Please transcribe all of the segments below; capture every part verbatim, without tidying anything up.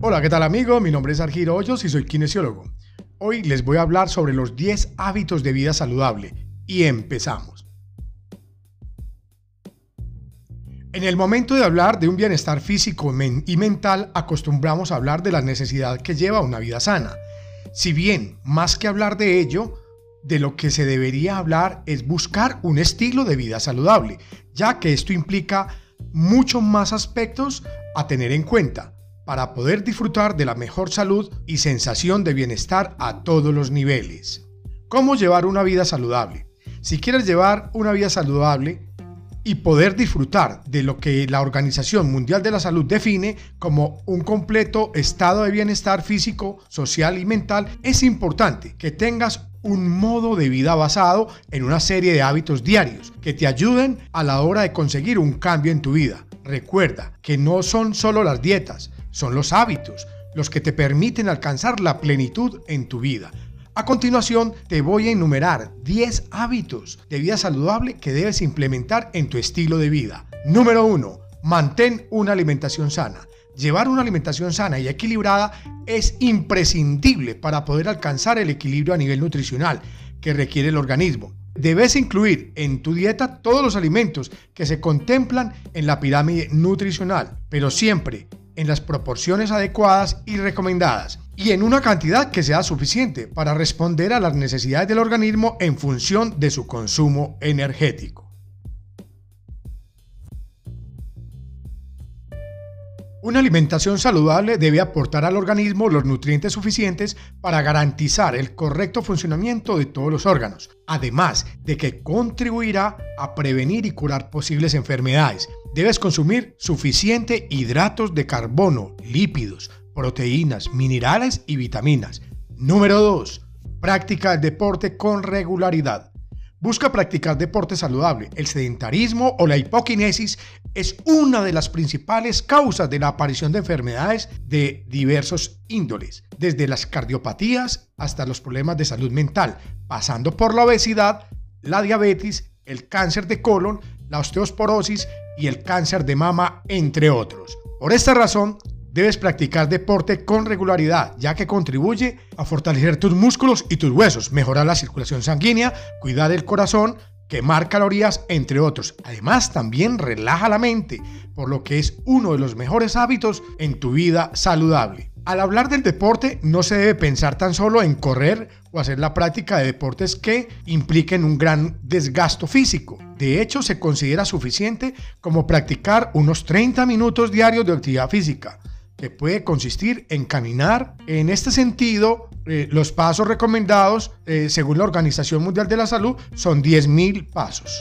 Hola, ¿qué tal amigo? Mi nombre es Argiro Hoyos y soy kinesiólogo. Hoy les voy a hablar sobre los diez hábitos de vida saludable y empezamos. En el momento de hablar de un bienestar físico y mental, acostumbramos a hablar de la necesidad que lleva una vida sana. Si bien, más que hablar de ello, de lo que se debería hablar es buscar un estilo de vida saludable, ya que esto implica muchos más aspectos a tener en cuenta para poder disfrutar de la mejor salud y sensación de bienestar a todos los niveles. ¿Cómo llevar una vida saludable? Si quieres llevar una vida saludable y poder disfrutar de lo que la Organización Mundial de la Salud define como un completo estado de bienestar físico, social y mental, es importante que tengas un modo de vida basado en una serie de hábitos diarios que te ayuden a la hora de conseguir un cambio en tu vida. Recuerda que no son solo las dietas, son los hábitos los que te permiten alcanzar la plenitud en tu vida. A continuación, te voy a enumerar diez hábitos de vida saludable que debes implementar en tu estilo de vida. Número uno. Mantén una alimentación sana. Llevar una alimentación sana y equilibrada es imprescindible para poder alcanzar el equilibrio a nivel nutricional que requiere el organismo. Debes incluir en tu dieta todos los alimentos que se contemplan en la pirámide nutricional, pero siempre en las proporciones adecuadas y recomendadas, y en una cantidad que sea suficiente para responder a las necesidades del organismo en función de su consumo energético. Una alimentación saludable debe aportar al organismo los nutrientes suficientes para garantizar el correcto funcionamiento de todos los órganos, además de que contribuirá a prevenir y curar posibles enfermedades. Debes consumir suficiente hidratos de carbono, lípidos, proteínas, minerales y vitaminas. Número dos. Práctica el deporte con regularidad. Busca practicar deporte saludable. El sedentarismo o la hipoquinesis es una de las principales causas de la aparición de enfermedades de diversos índoles, desde las cardiopatías hasta los problemas de salud mental, pasando por la obesidad, la diabetes, el cáncer de colon, la osteoporosis y el cáncer de mama, entre otros. Por esta razón, debes practicar deporte con regularidad, ya que contribuye a fortalecer tus músculos y tus huesos, mejorar la circulación sanguínea, cuidar el corazón, quemar calorías, entre otros. Además, también relaja la mente, por lo que es uno de los mejores hábitos en tu vida saludable. Al hablar del deporte, no se debe pensar tan solo en correr o hacer la práctica de deportes que impliquen un gran desgasto físico. De hecho, se considera suficiente como practicar unos treinta minutos diarios de actividad física, que puede consistir en caminar. En este sentido, eh, los pasos recomendados, eh, según la Organización Mundial de la Salud, son diez mil pasos.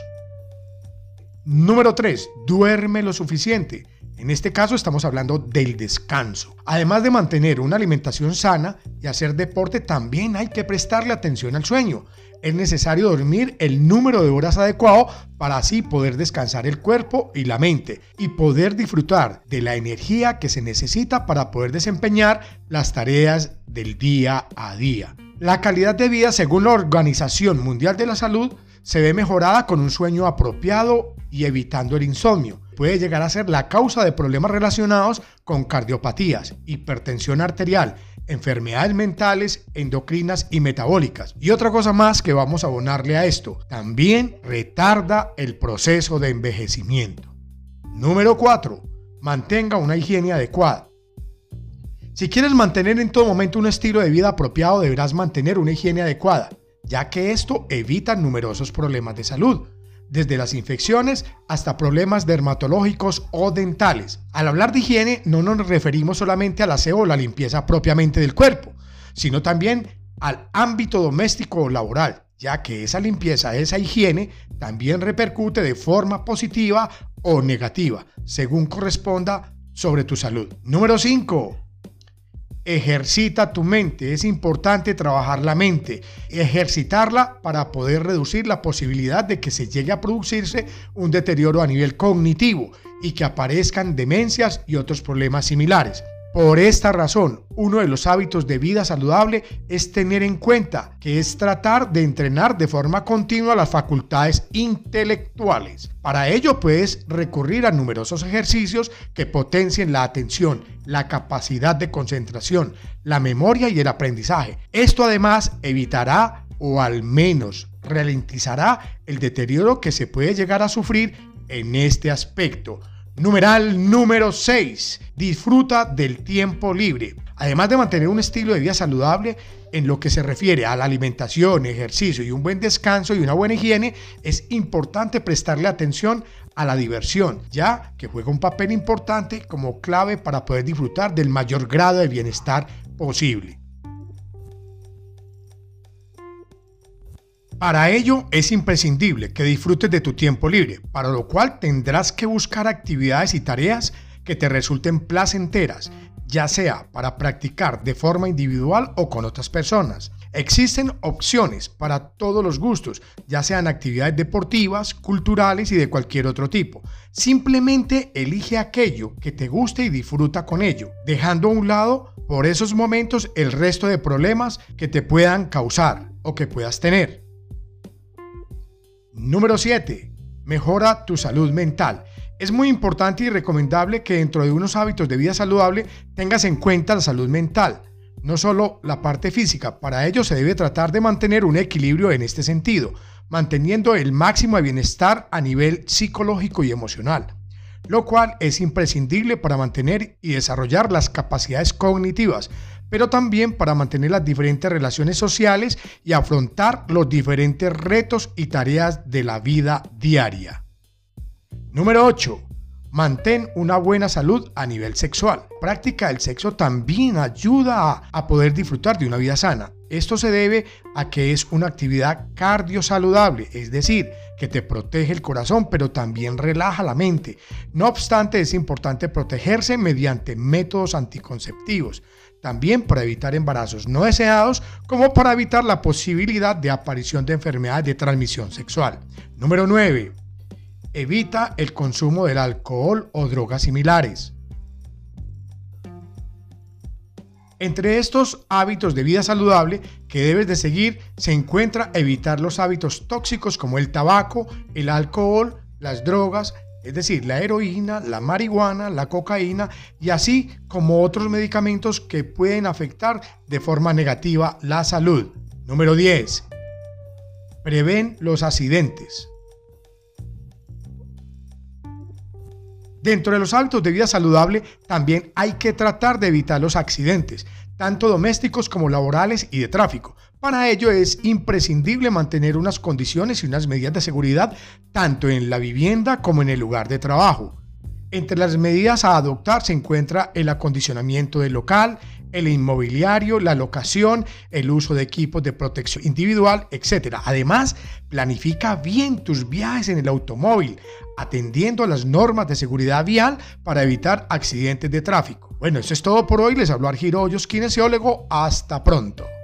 Número tres. Duerme lo suficiente. En este caso estamos hablando del descanso. Además de mantener una alimentación sana y hacer deporte, también hay que prestarle atención al sueño. Es necesario dormir el número de horas adecuado para así poder descansar el cuerpo y la mente y poder disfrutar de la energía que se necesita para poder desempeñar las tareas del día a día. La calidad de vida, según la Organización Mundial de la Salud, se ve mejorada con un sueño apropiado y evitando el insomnio. Puede llegar a ser la causa de problemas relacionados con cardiopatías, hipertensión arterial, enfermedades mentales, endocrinas y metabólicas. Y otra cosa más que vamos a abonarle a esto, también retarda el proceso de envejecimiento. Número cuatro. Mantenga una higiene adecuada. Si quieres mantener en todo momento un estilo de vida apropiado, deberás mantener una higiene adecuada, ya que esto evita numerosos problemas de salud, desde las infecciones hasta problemas dermatológicos o dentales. Al hablar de higiene, no nos referimos solamente al aseo o la limpieza propiamente del cuerpo, sino también al ámbito doméstico o laboral, ya que esa limpieza, esa higiene, también repercute de forma positiva o negativa, según corresponda sobre tu salud. Número cinco. Ejercita tu mente. Es importante trabajar la mente, ejercitarla para poder reducir la posibilidad de que se llegue a producirse un deterioro a nivel cognitivo y que aparezcan demencias y otros problemas similares. Por esta razón, uno de los hábitos de vida saludable es tener en cuenta que es tratar de entrenar de forma continua las facultades intelectuales. Para ello puedes recurrir a numerosos ejercicios que potencien la atención, la capacidad de concentración, la memoria y el aprendizaje. Esto además evitará o al menos ralentizará el deterioro que se puede llegar a sufrir en este aspecto. Numeral número seis. Disfruta del tiempo libre. Además de mantener un estilo de vida saludable en lo que se refiere a la alimentación, ejercicio y un buen descanso y una buena higiene, es importante prestarle atención a la diversión, ya que juega un papel importante como clave para poder disfrutar del mayor grado de bienestar posible. Para ello es imprescindible que disfrutes de tu tiempo libre, para lo cual tendrás que buscar actividades y tareas que te resulten placenteras, ya sea para practicar de forma individual o con otras personas. Existen opciones para todos los gustos, ya sean actividades deportivas, culturales y de cualquier otro tipo. Simplemente elige aquello que te guste y disfruta con ello, dejando a un lado por esos momentos el resto de problemas que te puedan causar o que puedas tener. Número siete. Mejora tu salud mental. Es muy importante y recomendable que dentro de unos hábitos de vida saludable tengas en cuenta la salud mental, no solo la parte física. Para ello se debe tratar de mantener un equilibrio en este sentido, manteniendo el máximo de bienestar a nivel psicológico y emocional, lo cual es imprescindible para mantener y desarrollar las capacidades cognitivas, pero también para mantener las diferentes relaciones sociales y afrontar los diferentes retos y tareas de la vida diaria. Número ocho. Mantén una buena salud a nivel sexual. Práctica del sexo también ayuda a, a poder disfrutar de una vida sana. Esto se debe a que es una actividad cardiosaludable, es decir, que te protege el corazón, pero también relaja la mente. No obstante, es importante protegerse mediante métodos anticonceptivos, también para evitar embarazos no deseados, como para evitar la posibilidad de aparición de enfermedades de transmisión sexual. Número nueve. Evita el consumo del alcohol o drogas similares. Entre estos hábitos de vida saludable que debes de seguir se encuentra evitar los hábitos tóxicos como el tabaco, el alcohol, las drogas, es decir, la heroína, la marihuana, la cocaína y así como otros medicamentos que pueden afectar de forma negativa la salud. Número diez. Prevén los accidentes. Dentro de los hábitos de vida saludable también hay que tratar de evitar los accidentes, tanto domésticos como laborales y de tráfico. Para ello es imprescindible mantener unas condiciones y unas medidas de seguridad tanto en la vivienda como en el lugar de trabajo. Entre las medidas a adoptar se encuentra el acondicionamiento del local, el inmobiliario, la locación, el uso de equipos de protección individual, etcétera. Además, planifica bien tus viajes en el automóvil, atendiendo a las normas de seguridad vial para evitar accidentes de tráfico. Bueno, eso es todo por hoy. Les habló Argiro Hoyos, kinesiólogo. Hasta pronto.